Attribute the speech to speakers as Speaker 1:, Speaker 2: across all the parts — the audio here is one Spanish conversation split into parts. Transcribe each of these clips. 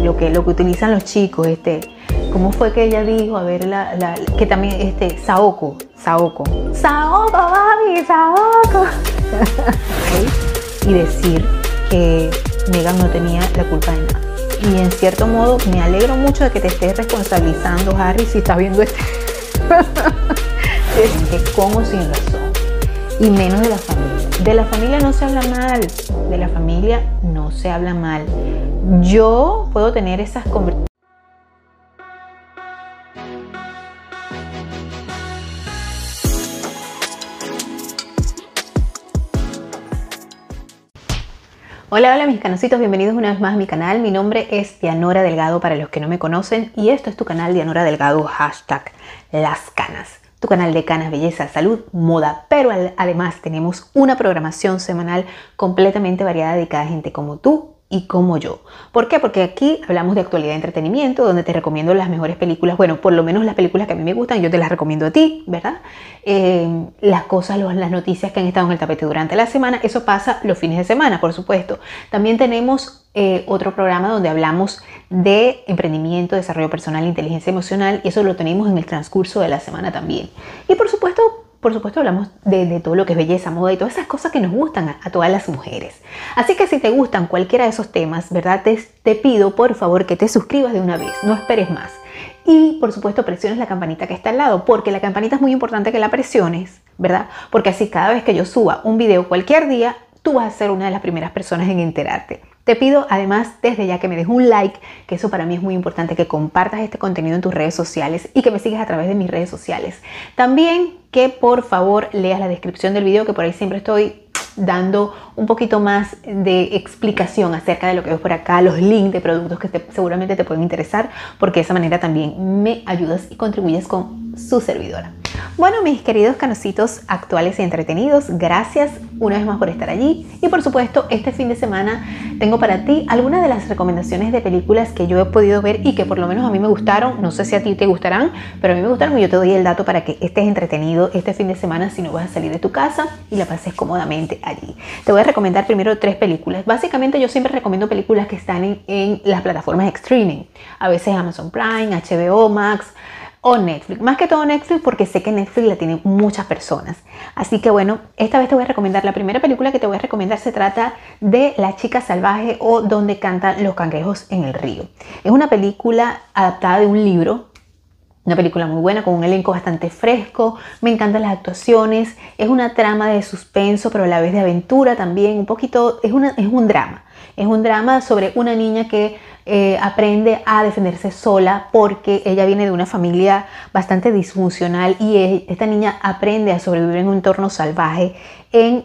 Speaker 1: lo que utilizan los chicos, ¿cómo fue que ella dijo? A ver, que también, Saoko, mami, Saoko. Y decir que Meghan no tenía la culpa de nada. Y en cierto modo me alegro mucho de que te estés responsabilizando, Harry, si estás viendo con o sin razón. Y menos de la familia. De la familia no se habla mal. De la familia no se habla mal. Yo puedo tener esas conversaciones. Hola, hola mis canositos, bienvenidos una vez más a mi canal. Mi nombre es Dianora Delgado para los que no me conocen y esto es tu canal Dianora Delgado, hashtag Las Canas. Tu canal de canas, belleza, salud, moda, pero además tenemos una programación semanal completamente variada dedicada a gente como tú y como yo. ¿Por qué? Porque aquí hablamos de actualidad y entretenimiento, donde te recomiendo las mejores películas, bueno, por lo menos las películas que a mí me gustan, yo te las recomiendo a ti, ¿verdad? Las cosas, las noticias que han estado en el tapete durante la semana, eso pasa los fines de semana, por supuesto. También tenemos otro programa donde hablamos de emprendimiento, desarrollo personal, inteligencia emocional, y eso lo tenemos en el transcurso de la semana también. Y por supuesto hablamos de todo lo que es belleza, moda y todas esas cosas que nos gustan a todas las mujeres. Así que si te gustan cualquiera de esos temas, ¿verdad? Te pido por favor que te suscribas de una vez, no esperes más. Y por supuesto presiones la campanita que está al lado, porque la campanita es muy importante que la presiones, ¿verdad? Porque así cada vez que yo suba un video cualquier día, tú vas a ser una de las primeras personas en enterarte. Te pido además desde ya que me des un like, que eso para mí es muy importante, que compartas este contenido en tus redes sociales y que me sigas a través de mis redes sociales. También que por favor leas la descripción del video, que por ahí siempre estoy dando un poquito más de explicación acerca de lo que ves por acá, los links de productos que seguramente te pueden interesar, porque de esa manera también me ayudas y contribuyes con su servidora. Bueno, mis queridos canositos actuales y entretenidos, gracias una vez más por estar allí. Y por supuesto, este fin de semana tengo para ti algunas de las recomendaciones de películas que yo he podido ver y que por lo menos a mí me gustaron. No sé si a ti te gustarán, pero a mí me gustaron y yo te doy el dato para que estés entretenido este fin de semana si no vas a salir de tu casa y la pases cómodamente allí. Te voy a recomendar primero 3 películas. Básicamente yo siempre recomiendo películas que están en las plataformas de streaming. A veces Amazon Prime, HBO Max o Netflix. Más que todo Netflix, porque sé que Netflix la tienen muchas personas. Así que bueno, esta vez te voy a recomendar, la primera película que te voy a recomendar se trata de La chica salvaje o Donde cantan los cangrejos en el río. Es una película adaptada de un libro. Una película muy buena, con un elenco bastante fresco, me encantan las actuaciones, es una trama de suspenso, pero a la vez de aventura también, un poquito, es un drama sobre una niña que aprende a defenderse sola porque ella viene de una familia bastante disfuncional y esta niña aprende a sobrevivir en un entorno salvaje en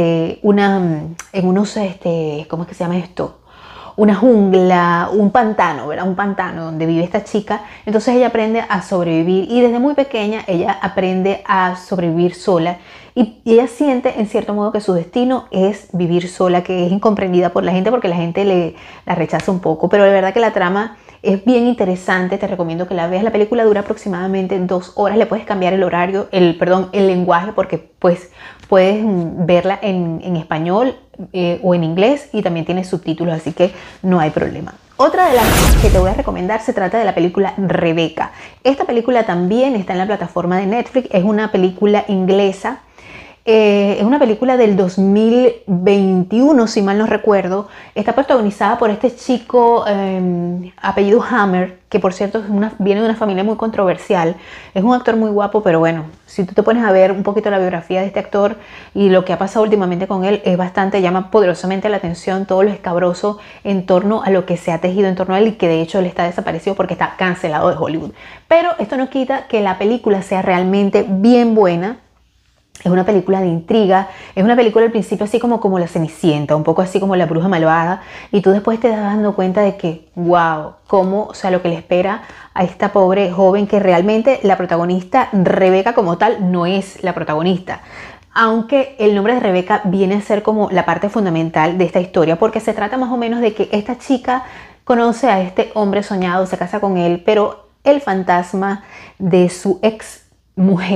Speaker 1: unos, ¿cómo es que se llama esto? Una jungla, un pantano, ¿verdad? Un pantano donde vive esta chica. Entonces ella aprende a sobrevivir y desde muy pequeña ella aprende a sobrevivir sola y ella siente en cierto modo que su destino es vivir sola, que es incomprendida por la gente porque la gente la rechaza un poco, pero de verdad que la trama es bien interesante, te recomiendo que la veas. La película dura aproximadamente 2 horas, le puedes cambiar el horario, el lenguaje, porque pues puedes verla en español o en inglés y también tiene subtítulos, así que no hay problema. Otra de las que te voy a recomendar se trata de la película Rebeca. Esta película también está en la plataforma de Netflix, es una película inglesa. Es una película del 2021, si mal no recuerdo. Está protagonizada por este chico apellido Hammer, que por cierto viene de una familia muy controversial. Es un actor muy guapo, pero bueno, si tú te pones a ver un poquito la biografía de este actor y lo que ha pasado últimamente con él, llama poderosamente la atención todo lo escabroso en torno a lo que se ha tejido en torno a él y que de hecho él está desaparecido porque está cancelado de Hollywood. Pero esto no quita que la película sea realmente bien buena. Es una película de intriga, es una película al principio así como La Cenicienta, un poco así como La Bruja Malvada, y tú después te das dando cuenta de que, wow, lo que le espera a esta pobre joven, que realmente la protagonista, Rebeca como tal, no es la protagonista. Aunque el nombre de Rebeca viene a ser como la parte fundamental de esta historia, porque se trata más o menos de que esta chica conoce a este hombre soñado, se casa con él, pero el fantasma de su ex mujer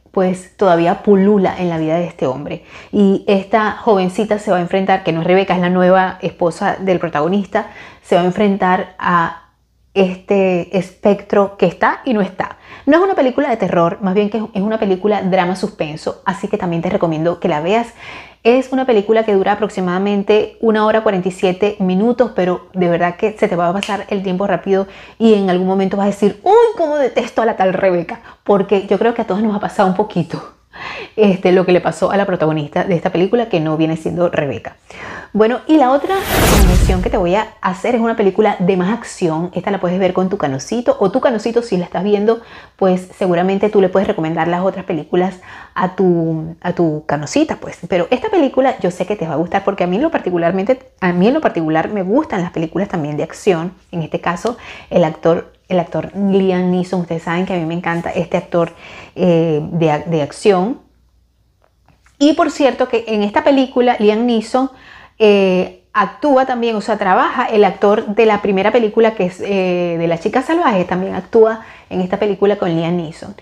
Speaker 1: pues todavía pulula en la vida de este hombre. Y esta jovencita se va a enfrentar, que no es Rebeca, es la nueva esposa del protagonista, se va a enfrentar a este espectro que está y no está. No es una película de terror, más bien que es una película drama suspenso, así que también te recomiendo que la veas. Es una película que dura aproximadamente 1 hora 47 minutos, pero de verdad que se te va a pasar el tiempo rápido y en algún momento vas a decir, uy, cómo detesto a la tal Rebeca, porque yo creo que a todos nos ha pasado un poquito lo que le pasó a la protagonista de esta película, que no viene siendo Rebeca. Bueno, y la otra recomendación que te voy a hacer es una película de más acción. Esta la puedes ver con tu canocito, o tu canocito, si la estás viendo, pues seguramente tú le puedes recomendar las otras películas a tu canocita, pues. Pero esta película yo sé que te va a gustar, porque a mí en lo particular me gustan las películas también de acción. En este caso, el actor Liam Neeson. Ustedes saben que a mí me encanta este actor de acción. Y por cierto que en esta película Liam Neeson actúa también, o sea, trabaja el actor de la primera película, que es de La Chica Salvaje, también actúa en esta película con Liam Neeson.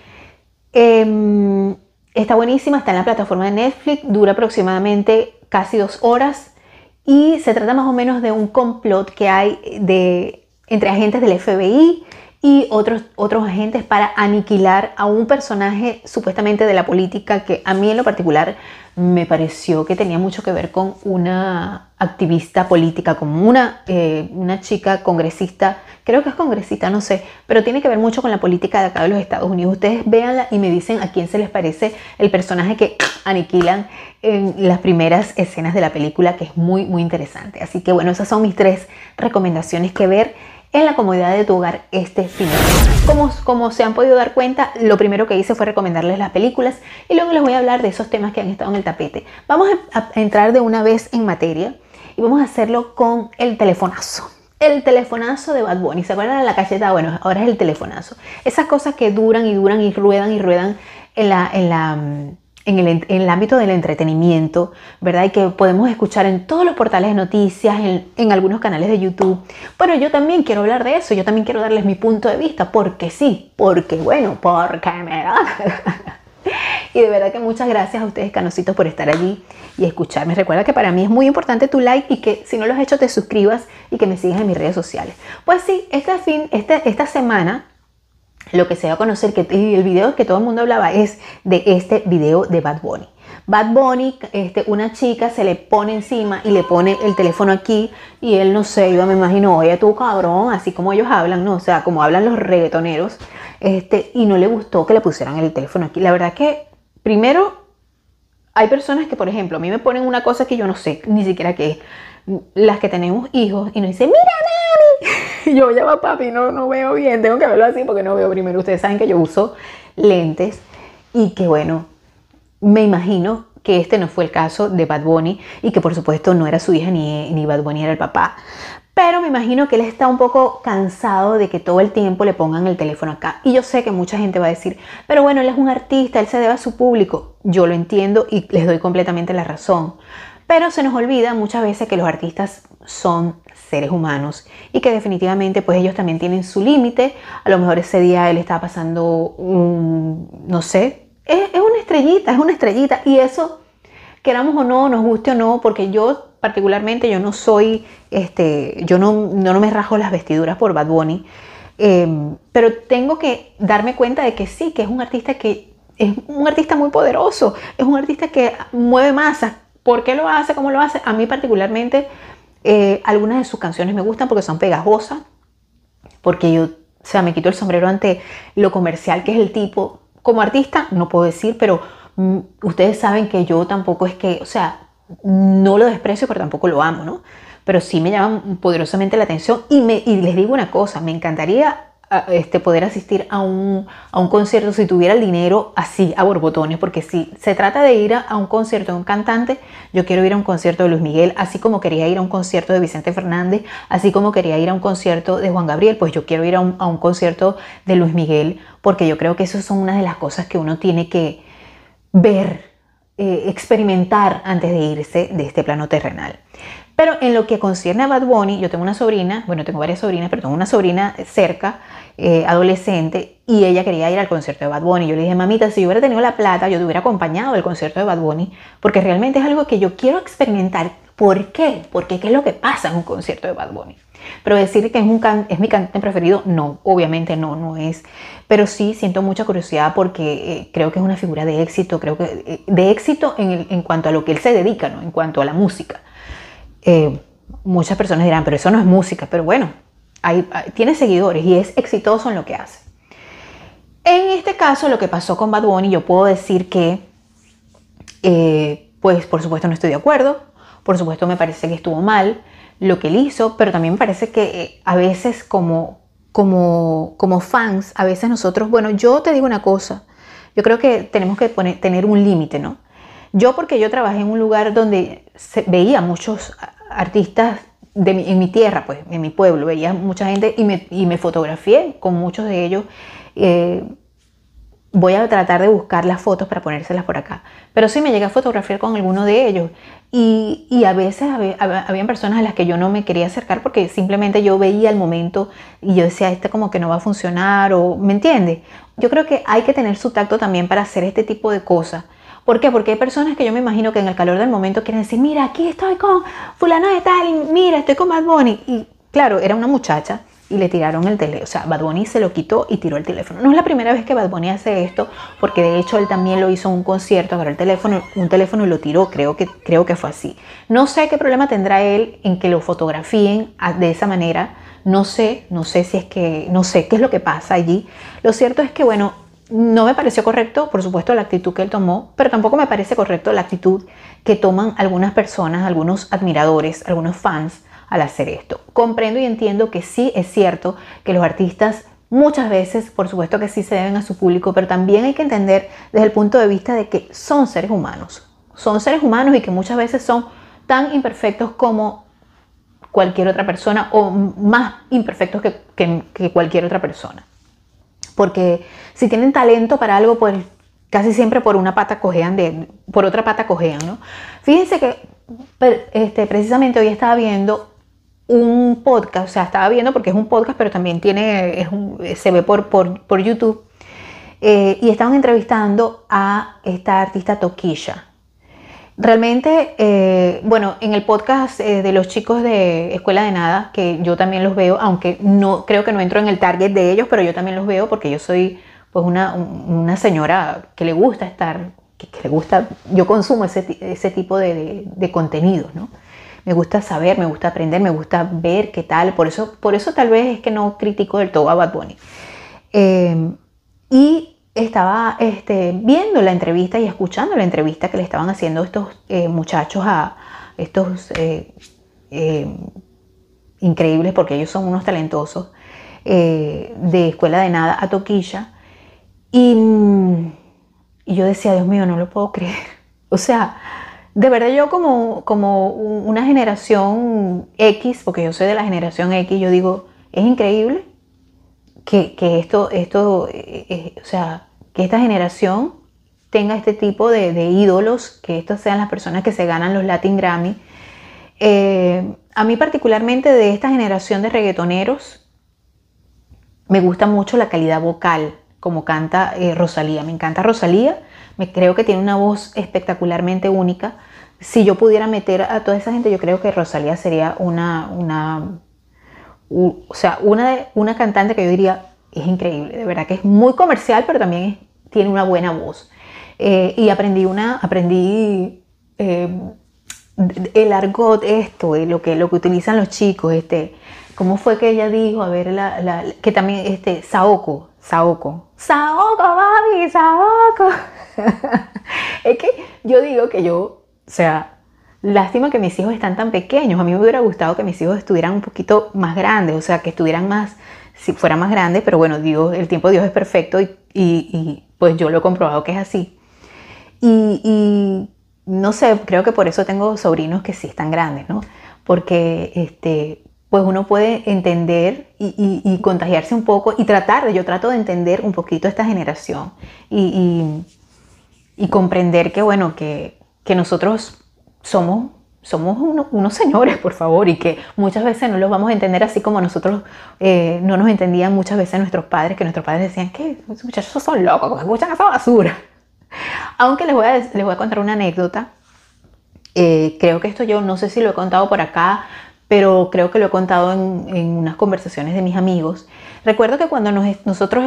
Speaker 1: Está buenísima, está en la plataforma de Netflix, dura aproximadamente casi 2 horas y se trata más o menos de un complot que hay entre agentes del FBI y otros agentes para aniquilar a un personaje supuestamente de la política, que a mí en lo particular me pareció que tenía mucho que ver con una activista política, como una chica congresista, creo que es congresista, no sé, pero tiene que ver mucho con la política de acá de los Estados Unidos. Ustedes véanla y me dicen a quién se les parece el personaje que aniquilan en las primeras escenas de la película, que es muy, muy interesante. Así que bueno, esas son mis 3 recomendaciones que ver en la comodidad de tu hogar este fin de semana. Como se han podido dar cuenta, lo primero que hice fue recomendarles las películas y luego les voy a hablar de esos temas que han estado en el tapete. Vamos a entrar de una vez en materia y vamos a hacerlo con el telefonazo. El telefonazo de Bad Bunny. ¿Se acuerdan de la cacheta? Bueno, ahora es el telefonazo. Esas cosas que duran y duran y ruedan en el ámbito del entretenimiento, ¿verdad? Y que podemos escuchar en todos los portales de noticias, en algunos canales de YouTube. Pero yo también quiero hablar de eso, yo también quiero darles mi punto de vista, porque sí, porque bueno, porque me da. Y de verdad que muchas gracias a ustedes, canositos, por estar allí y escucharme. Recuerda que para mí es muy importante tu like y que si no lo has hecho te suscribas y que me sigas en mis redes sociales. Pues sí, esta semana lo que se va a conocer, y el video que todo el mundo hablaba, es de este video de Bad Bunny. Bad Bunny, una chica se le pone encima y le pone el teléfono aquí y él, no sé, yo me imagino, oye tú cabrón, así como ellos hablan, ¿no? O sea, como hablan los reggaetoneros, y no le gustó que le pusieran el teléfono aquí. La verdad que, primero, hay personas que, por ejemplo, a mí me ponen una cosa que yo no sé ni siquiera qué es. Las que tenemos hijos y nos dicen, mira mami, y yo, ya va papi, no veo bien, tengo que verlo así porque no veo. Primero, ustedes saben que yo uso lentes y que bueno, me imagino que este no fue el caso de Bad Bunny y que por supuesto no era su hija ni Bad Bunny era el papá. Pero me imagino que él está un poco cansado de que todo el tiempo le pongan el teléfono acá. Y yo sé que mucha gente va a decir, pero bueno, él es un artista, él se debe a su público. Yo lo entiendo y les doy completamente la razón. Pero se nos olvida muchas veces que los artistas son seres humanos y que definitivamente pues ellos también tienen su límite. A lo mejor ese día él estaba pasando no sé, es una estrellita y eso, queramos o no, nos guste o no, porque yo particularmente yo no soy, yo no me rajo las vestiduras por Bad Bunny, pero tengo que darme cuenta de que sí, que es un artista muy poderoso, es un artista que mueve masas. ¿Por qué lo hace? ¿Cómo lo hace? A mí particularmente algunas de sus canciones me gustan porque son pegajosas, porque yo, o sea, me quito el sombrero ante lo comercial que es el tipo. Como artista no puedo decir, pero ustedes saben que yo tampoco es que, o sea, no lo desprecio, pero tampoco lo amo, ¿no? Pero sí me llaman poderosamente la atención y les digo una cosa, me encantaría poder asistir a un concierto si tuviera el dinero así a borbotones, porque si se trata de ir a un concierto de un cantante, yo quiero ir a un concierto de Luis Miguel, así como quería ir a un concierto de Vicente Fernández, así como quería ir a un concierto de Juan Gabriel, pues yo quiero ir a un concierto de Luis Miguel, porque yo creo que esas son una de las cosas que uno tiene que ver, experimentar antes de irse de este plano terrenal. Pero en lo que concierne a Bad Bunny, yo tengo una sobrina, bueno, tengo varias sobrinas, pero tengo una sobrina cerca, adolescente, y ella quería ir al concierto de Bad Bunny. Yo le dije, mamita, si yo hubiera tenido la plata, yo te hubiera acompañado al concierto de Bad Bunny, porque realmente es algo que yo quiero experimentar. ¿Por qué? Porque ¿qué es lo que pasa en un concierto de Bad Bunny? Pero decir que es mi cantante preferido, no, obviamente no es. Pero sí siento mucha curiosidad porque creo que es una figura de éxito, creo que de éxito en cuanto a lo que él se dedica, ¿no? En cuanto a la música. Muchas personas dirán, pero eso no es música, pero bueno, tiene seguidores y es exitoso en lo que hace. En este caso, lo que pasó con Bad Bunny, yo puedo decir que, pues por supuesto no estoy de acuerdo, por supuesto me parece que estuvo mal lo que él hizo, pero también me parece que a veces como fans, a veces nosotros, bueno, yo te digo una cosa, yo creo que tenemos que tener un límite, ¿no? Yo porque yo trabajé en un lugar donde veía muchos artistas en mi tierra, pues en mi pueblo, veía mucha gente y me fotografié con muchos de ellos. Voy a tratar de buscar las fotos para ponérselas por acá. Pero sí me llegué a fotografiar con alguno de ellos. Y a veces habían personas a las que yo no me quería acercar porque simplemente yo veía el momento y yo decía, este como que no va a funcionar, o ¿me entiendes? Yo creo que hay que tener su tacto también para hacer este tipo de cosas. ¿Por qué? Porque hay personas que yo me imagino que en el calor del momento quieren decir, mira, aquí estoy con fulano de tal, y mira, estoy con Bad Bunny. Y claro, era una muchacha y le tiraron el teléfono. O sea, Bad Bunny se lo quitó y tiró el teléfono. No es la primera vez que Bad Bunny hace esto, porque de hecho él también lo hizo en un concierto, agarró un teléfono y lo tiró. Creo que fue así. No sé qué problema tendrá él en que lo fotografíen de esa manera. No sé si es que, no sé qué es lo que pasa allí. Lo cierto es que, bueno, no me pareció correcto, por supuesto, la actitud que él tomó, pero tampoco me parece correcto la actitud que toman algunas personas, algunos admiradores, algunos fans al hacer esto. Comprendo y entiendo que sí es cierto que los artistas muchas veces, por supuesto que sí se deben a su público, pero también hay que entender desde el punto de vista de que son seres humanos. Son seres humanos y que muchas veces son tan imperfectos como cualquier otra persona o más imperfectos que cualquier otra persona. Porque si tienen talento para algo, pues casi siempre por una pata cojean, por otra pata cojean, ¿no? Fíjense que precisamente hoy estaba viendo un podcast, o sea, estaba viendo porque es un podcast, pero también se ve por YouTube, y estaban entrevistando a esta artista Tokischa. Realmente, bueno, en el podcast de los chicos de Escuela de Nada, que yo también los veo, aunque no creo que no entro en el target de ellos, pero yo también los veo porque yo soy pues una señora que le gusta estar, que le gusta, yo consumo ese tipo de contenidos, ¿no? Me gusta saber, me gusta aprender, me gusta ver qué tal, por eso tal vez es que no critico del todo a Bad Bunny. Y estaba viendo la entrevista y escuchando la entrevista que le estaban haciendo estos muchachos a estos increíbles, porque ellos son unos talentosos, de Escuela de Nada, a Tokischa. Y yo decía, Dios mío, no lo puedo creer. O sea, de verdad yo como una generación X, porque yo soy de la generación X, yo digo, es increíble que o sea, que esta generación tenga este tipo de ídolos, que estas sean las personas que se ganan los Latin Grammy. A mí particularmente de esta generación de reggaetoneros me gusta mucho la calidad vocal, como canta Rosalía. Me encanta Rosalía, creo que tiene una voz espectacularmente única. Si yo pudiera meter a toda esa gente, yo creo que Rosalía sería una cantante que yo diría, es increíble, de verdad que es muy comercial, pero también tiene una buena voz. Y aprendí el argot, lo que utilizan los chicos, ¿cómo fue que ella dijo? A ver, que también, Saoko, mami, Saoko. Es que yo digo que o sea, lástima que mis hijos están tan pequeños. A mí me hubiera gustado que mis hijos estuvieran un poquito más grandes, o sea, que estuvieran más, si fueran más grandes, pero bueno, el tiempo de Dios es perfecto y pues yo lo he comprobado que es así. Y no sé, creo que por eso tengo sobrinos que sí están grandes, ¿no? Porque pues uno puede entender y contagiarse un poco y yo trato de entender un poquito esta generación y comprender que, bueno, que nosotros somos somos unos señores, por favor, y que muchas veces no los vamos a entender así como nosotros no nos entendían muchas veces nuestros padres, que nuestros padres decían que esos muchachos son locos, que escuchan esa basura. Aunque les voy a contar una anécdota. Creo que esto yo no sé si lo he contado por acá, pero creo que lo he contado en unas conversaciones de mis amigos. Recuerdo que cuando nosotros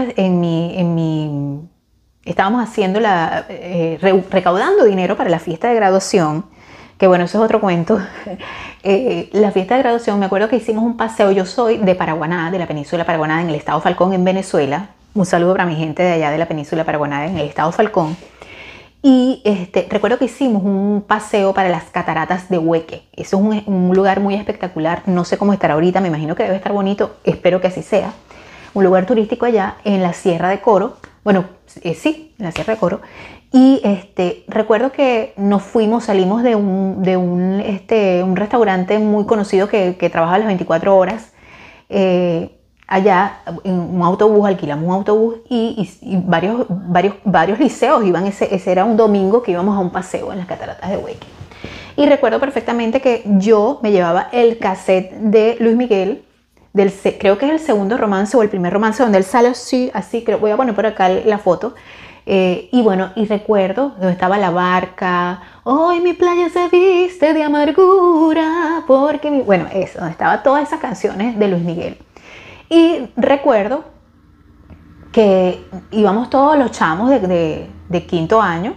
Speaker 1: estábamos haciendo recaudando dinero para la fiesta de graduación, que bueno, eso es otro cuento. La fiesta de graduación, me acuerdo que hicimos un paseo. Yo soy de Paraguaná, de la península Paraguaná, en el estado Falcón, en Venezuela. Un saludo para mi gente de allá de la península Paraguaná, en el estado Falcón. Y recuerdo que hicimos un paseo para las cataratas de Hueque. Eso es un lugar muy espectacular. No sé cómo estará ahorita, me imagino que debe estar bonito. Espero que así sea. Un lugar turístico allá en la Sierra de Coro. Bueno, sí, en la Sierra de Coro. Y recuerdo que salimos de un restaurante muy conocido que trabajaba las 24 horas. Allá en un autobús, alquilamos un autobús y varios liceos iban. Ese era un domingo que íbamos a un paseo en las cataratas de Hueque. Y recuerdo perfectamente que yo me llevaba el cassette de Luis Miguel, creo que es el segundo romance o el primer romance, donde él sale así, creo, voy a poner por acá la foto. Y bueno, y recuerdo donde estaba la barca, hoy mi playa se viste de amargura, porque bueno, eso, donde estaban todas esas canciones de Luis Miguel. Y recuerdo que íbamos todos los chamos de quinto año,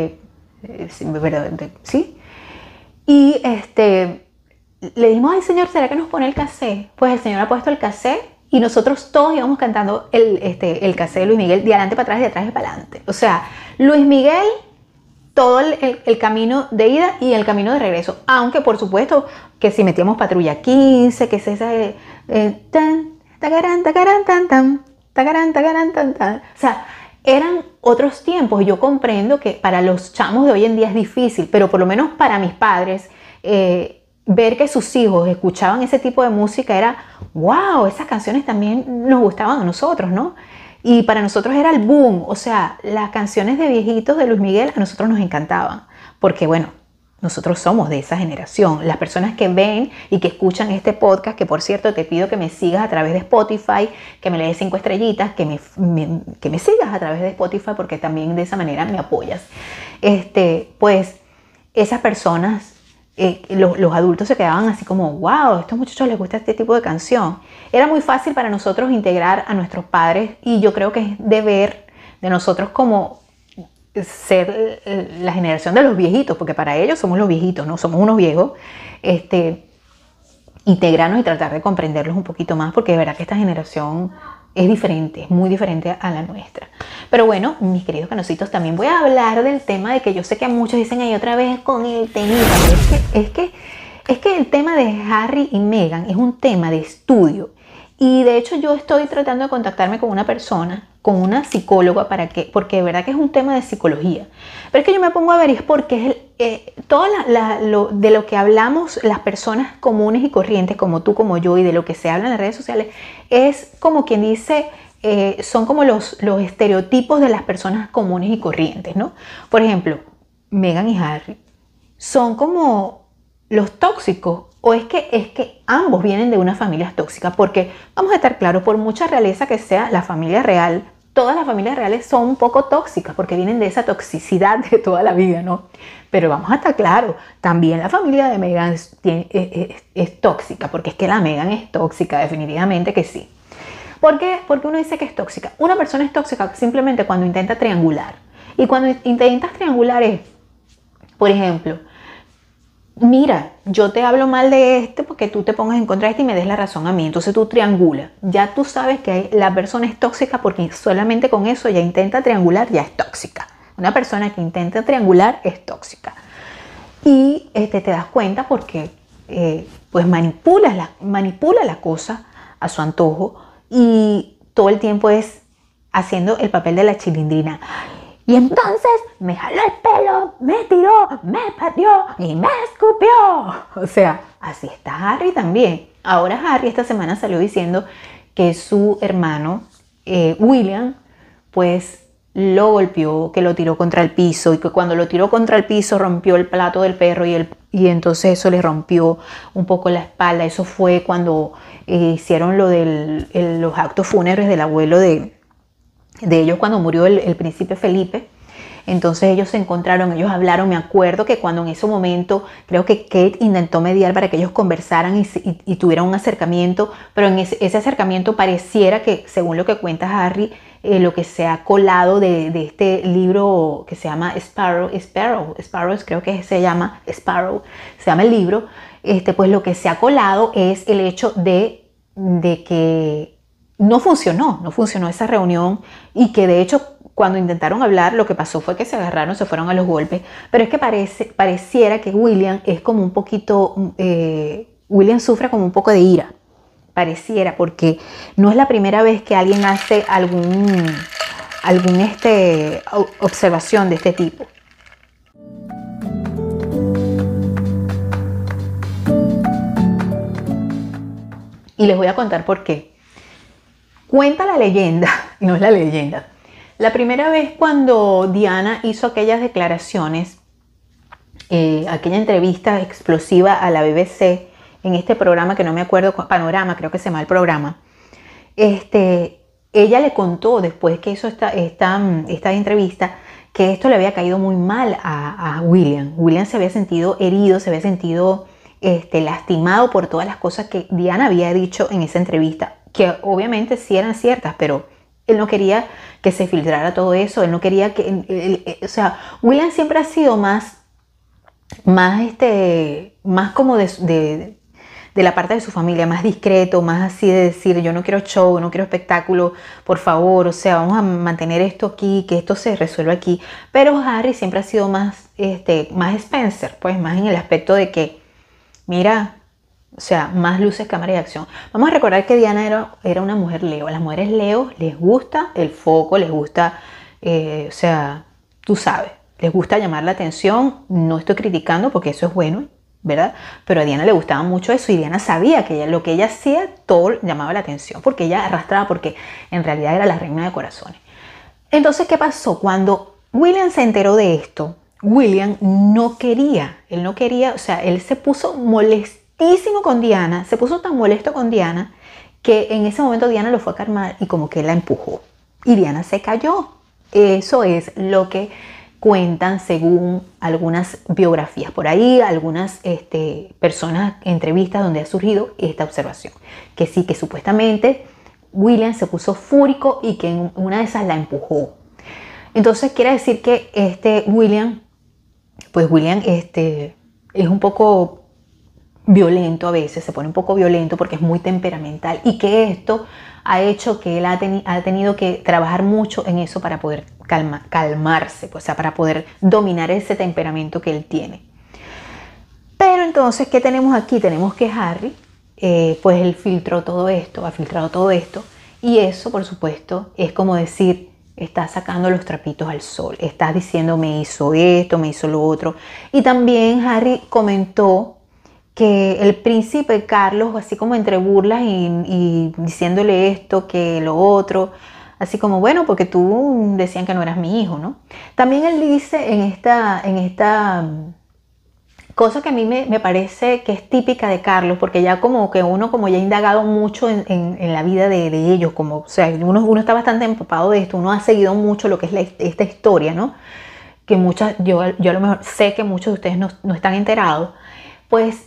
Speaker 1: ¿sí? Y le dijimos al señor, ¿será que nos pone el cassette? Pues el señor ha puesto el cassette y nosotros todos íbamos cantando el cassette de Luis Miguel de adelante para atrás y de atrás y para adelante. O sea, Luis Miguel, todo el camino de ida y el camino de regreso. Aunque por supuesto que si metíamos Patrulla 15, que es ese... tacarán, tacarán, tan, tan, tacarán, tacarán, tan, tan. O sea, eran otros tiempos. Yo comprendo que para los chamos de hoy en día es difícil, pero por lo menos para mis padres, ver que sus hijos escuchaban ese tipo de música era, wow, esas canciones también nos gustaban a nosotros, ¿no? Y para nosotros era el boom. O sea, las canciones de viejitos de Luis Miguel a nosotros nos encantaban, porque bueno, nosotros somos de esa generación. Las personas que ven y que escuchan este podcast, que por cierto te pido que me sigas a través de Spotify, que me le des 5 estrellitas, que me sigas a través de Spotify, porque también de esa manera me apoyas. Pues esas personas, los adultos se quedaban así como, wow, a estos muchachos les gusta este tipo de canción. Era muy fácil para nosotros integrar a nuestros padres, y yo creo que es deber de nosotros como ser la generación de los viejitos, porque para ellos somos los viejitos, no somos unos viejos, integrarnos y tratar de comprenderlos un poquito más, porque de verdad que esta generación es diferente, es muy diferente a la nuestra. Pero bueno, mis queridos canositos, también voy a hablar del tema de que yo sé que muchos dicen ahí otra vez con el temita, es que el tema de Harry y Meghan es un tema de estudio. Y de hecho yo estoy tratando de contactarme con una persona, con una psicóloga, porque de verdad que es un tema de psicología. Pero es que yo me pongo a ver, y es porque todo de lo que hablamos las personas comunes y corrientes, como tú, como yo, y de lo que se habla en las redes sociales, es como quien dice, son como los estereotipos de las personas comunes y corrientes, ¿no? Por ejemplo, Meghan y Harry son como los tóxicos, o es que ambos vienen de una familia tóxica, porque vamos a estar claros, por mucha realeza que sea la familia real, todas las familias reales son un poco tóxicas, porque vienen de esa toxicidad de toda la vida, ¿no? Pero vamos a estar claros, también la familia de Meghan es tóxica, porque es que la Meghan es tóxica, definitivamente que sí. ¿Por qué? Porque uno dice que es tóxica. Una persona es tóxica simplemente cuando intenta triangular. Y cuando intentas triangular es, por ejemplo, mira, yo te hablo mal de porque tú te pongas en contra de y me des la razón a mí. Entonces tú triangulas. Ya tú sabes que la persona es tóxica porque solamente con eso ya intenta triangular, ya es tóxica. Una persona que intenta triangular es tóxica. Y te das cuenta porque pues manipula la cosa a su antojo y todo el tiempo es haciendo el papel de la chilindrina. Y entonces me jaló el pelo, me tiró, me pateó y me escupió. O sea, así está Harry también. Ahora Harry esta semana salió diciendo que su hermano William, pues lo golpeó, que lo tiró contra el piso y que cuando lo tiró contra el piso rompió el plato del perro y entonces eso le rompió un poco la espalda. Eso fue cuando hicieron lo de los actos fúnebres del abuelo de ellos cuando murió el príncipe Felipe. Entonces ellos se encontraron, ellos hablaron. Me acuerdo que cuando en ese momento creo que Kate intentó mediar para que ellos conversaran y tuvieran un acercamiento, pero en ese acercamiento pareciera que, según lo que cuenta Harry, lo que se ha colado de este libro que se llama Sparrow, creo que se llama Sparrow, se llama el libro, pues lo que se ha colado es el hecho de que no funcionó esa reunión y que de hecho cuando intentaron hablar lo que pasó fue que se agarraron, se fueron a los golpes, pero es que pareciera que William es como un poquito, William sufre como un poco de ira, pareciera, porque no es la primera vez que alguien hace alguna observación de este tipo. Y les voy a contar por qué. Cuenta la leyenda, y no es la leyenda. La primera vez cuando Diana hizo aquellas declaraciones, aquella entrevista explosiva a la BBC, en este programa que no me acuerdo, Panorama, creo que se llama el programa, ella le contó después que hizo esta entrevista que esto le había caído muy mal a William. William se había sentido herido, se había sentido lastimado por todas las cosas que Diana había dicho en esa entrevista, que obviamente sí eran ciertas, pero él no quería que se filtrara todo eso, él no quería que, o sea, William siempre ha sido más como de la parte de su familia, más discreto, más así de decir, yo no quiero show, no quiero espectáculo, por favor, o sea, vamos a mantener esto aquí, que esto se resuelva aquí. Pero Harry siempre ha sido más Spencer, pues más en el aspecto de que, mira, o sea, más luces, cámara y acción. Vamos a recordar que Diana era una mujer Leo. A las mujeres Leo les gusta el foco, les gusta, o sea, tú sabes, les gusta llamar la atención. No estoy criticando porque eso es bueno, ¿verdad? Pero a Diana le gustaba mucho eso y Diana sabía que lo que ella hacía todo llamaba la atención porque ella arrastraba, porque en realidad era la reina de corazones. Entonces, ¿qué pasó? Cuando William se enteró de esto, William no quería, o sea, él se puso molestísimo con Diana, se puso tan molesto con Diana que en ese momento Diana lo fue a calmar y como que la empujó y Diana se cayó. Eso es lo que cuentan según algunas biografías por ahí, algunas personas, entrevistas donde ha surgido esta observación, que sí, que supuestamente William se puso fúrico y que en una de esas la empujó. Entonces quiere decir que William es un poco violento a veces, se pone un poco violento porque es muy temperamental y que esto ha hecho que él ha tenido que trabajar mucho en eso para poder calmarse, pues, o sea, para poder dominar ese temperamento que él tiene. Pero entonces, ¿qué tenemos aquí? Tenemos que Harry, pues él ha filtrado todo esto y eso, por supuesto, es como decir, estás sacando los trapitos al sol, estás diciendo me hizo esto, me hizo lo otro. Y también Harry comentó que el príncipe Carlos, así como entre burlas y diciéndole esto, que lo otro, así como, bueno, porque tú decían que no eras mi hijo, ¿no? También él dice en esta cosa que a mí me parece que es típica de Carlos, porque ya como que uno como ya ha indagado mucho en la vida de ellos, como, o sea, uno está bastante empapado de esto, uno ha seguido mucho lo que es esta historia, ¿no? Que yo a lo mejor sé que muchos de ustedes no están enterados. Pues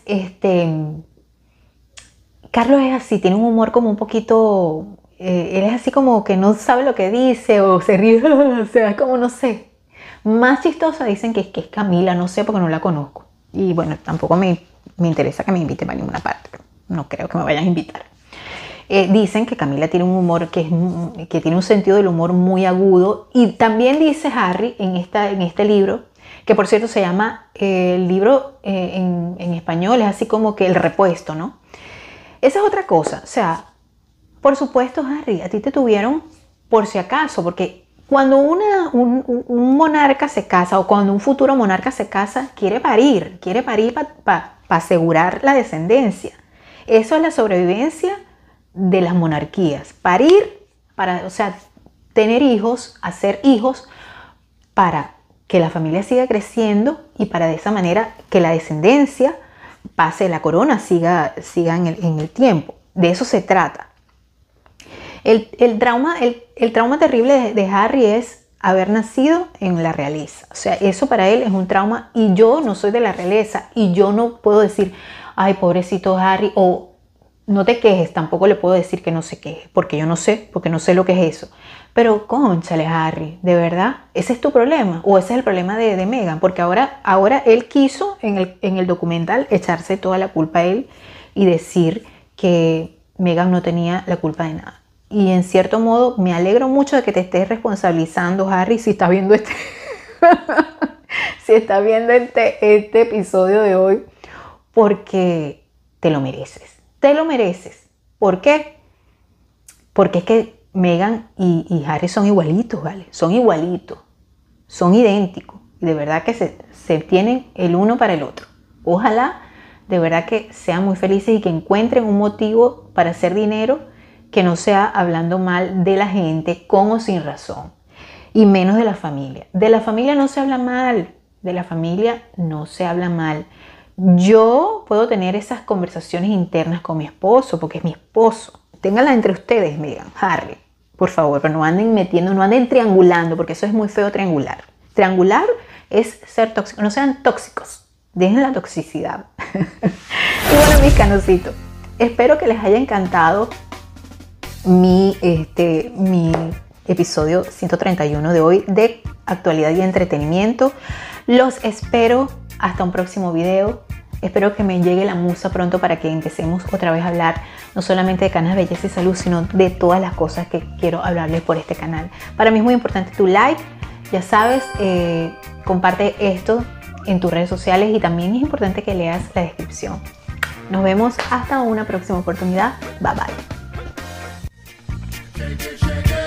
Speaker 1: Carlos es así, tiene un humor como un poquito, él es así como que no sabe lo que dice o se ríe, o sea, es como no sé. Más chistosa dicen que es Camila, no sé porque no la conozco. Y bueno, tampoco me interesa que me inviten para ninguna parte, no creo que me vayan a invitar. Dicen que Camila tiene un humor que tiene un sentido del humor muy agudo y también dice Harry en este libro, que por cierto se llama, el libro en español es así como que El Repuesto, ¿no? Esa es otra cosa, o sea, por supuesto Harry, a ti te tuvieron por si acaso, porque cuando un monarca se casa o cuando un futuro monarca se casa, quiere parir para asegurar la descendencia. Eso es la sobrevivencia de las monarquías, parir para, o sea, tener hijos, hacer hijos para que la familia siga creciendo y para de esa manera que la descendencia pase, la corona siga en el tiempo. De eso se trata. El trauma terrible de Harry es haber nacido en la realeza. O sea, eso para él es un trauma y yo no soy de la realeza y yo no puedo decir, ay, pobrecito Harry, o no te quejes, tampoco le puedo decir que no se queje, porque yo no sé, porque no sé lo que es eso. Pero cónchale, Harry, ¿de verdad? ¿Ese es tu problema? ¿O ese es el problema de Meghan? Porque ahora él quiso en el documental echarse toda la culpa a él y decir que Meghan no tenía la culpa de nada. Y en cierto modo me alegro mucho de que te estés responsabilizando, Harry, si estás viendo si estás viendo este episodio de hoy, porque te lo mereces. Te lo mereces. ¿Por qué? Porque es que Meghan y Harry son igualitos, ¿vale? Son igualitos. Son idénticos. Y de verdad que se tienen el uno para el otro. Ojalá de verdad que sean muy felices y que encuentren un motivo para hacer dinero que no sea hablando mal de la gente con o sin razón. Y menos de la familia. De la familia no se habla mal. De la familia no se habla mal. Yo puedo tener esas conversaciones internas con mi esposo, porque es mi esposo. Ténganlas entre ustedes, Meghan, Harry, por favor, pero no anden metiendo, no anden triangulando, porque eso es muy feo triangular. Triangular es ser tóxico, no sean tóxicos, dejen la toxicidad. Y bueno, mis canositos, espero que les haya encantado mi episodio 131 de hoy de actualidad y entretenimiento. Los espero hasta un próximo video. Espero que me llegue la musa pronto para que empecemos otra vez a hablar no solamente de Canas, Belleza y Salud, sino de todas las cosas que quiero hablarles por este canal. Para mí es muy importante tu like, ya sabes, comparte esto en tus redes sociales y también es importante que leas la descripción. Nos vemos hasta una próxima oportunidad. Bye bye.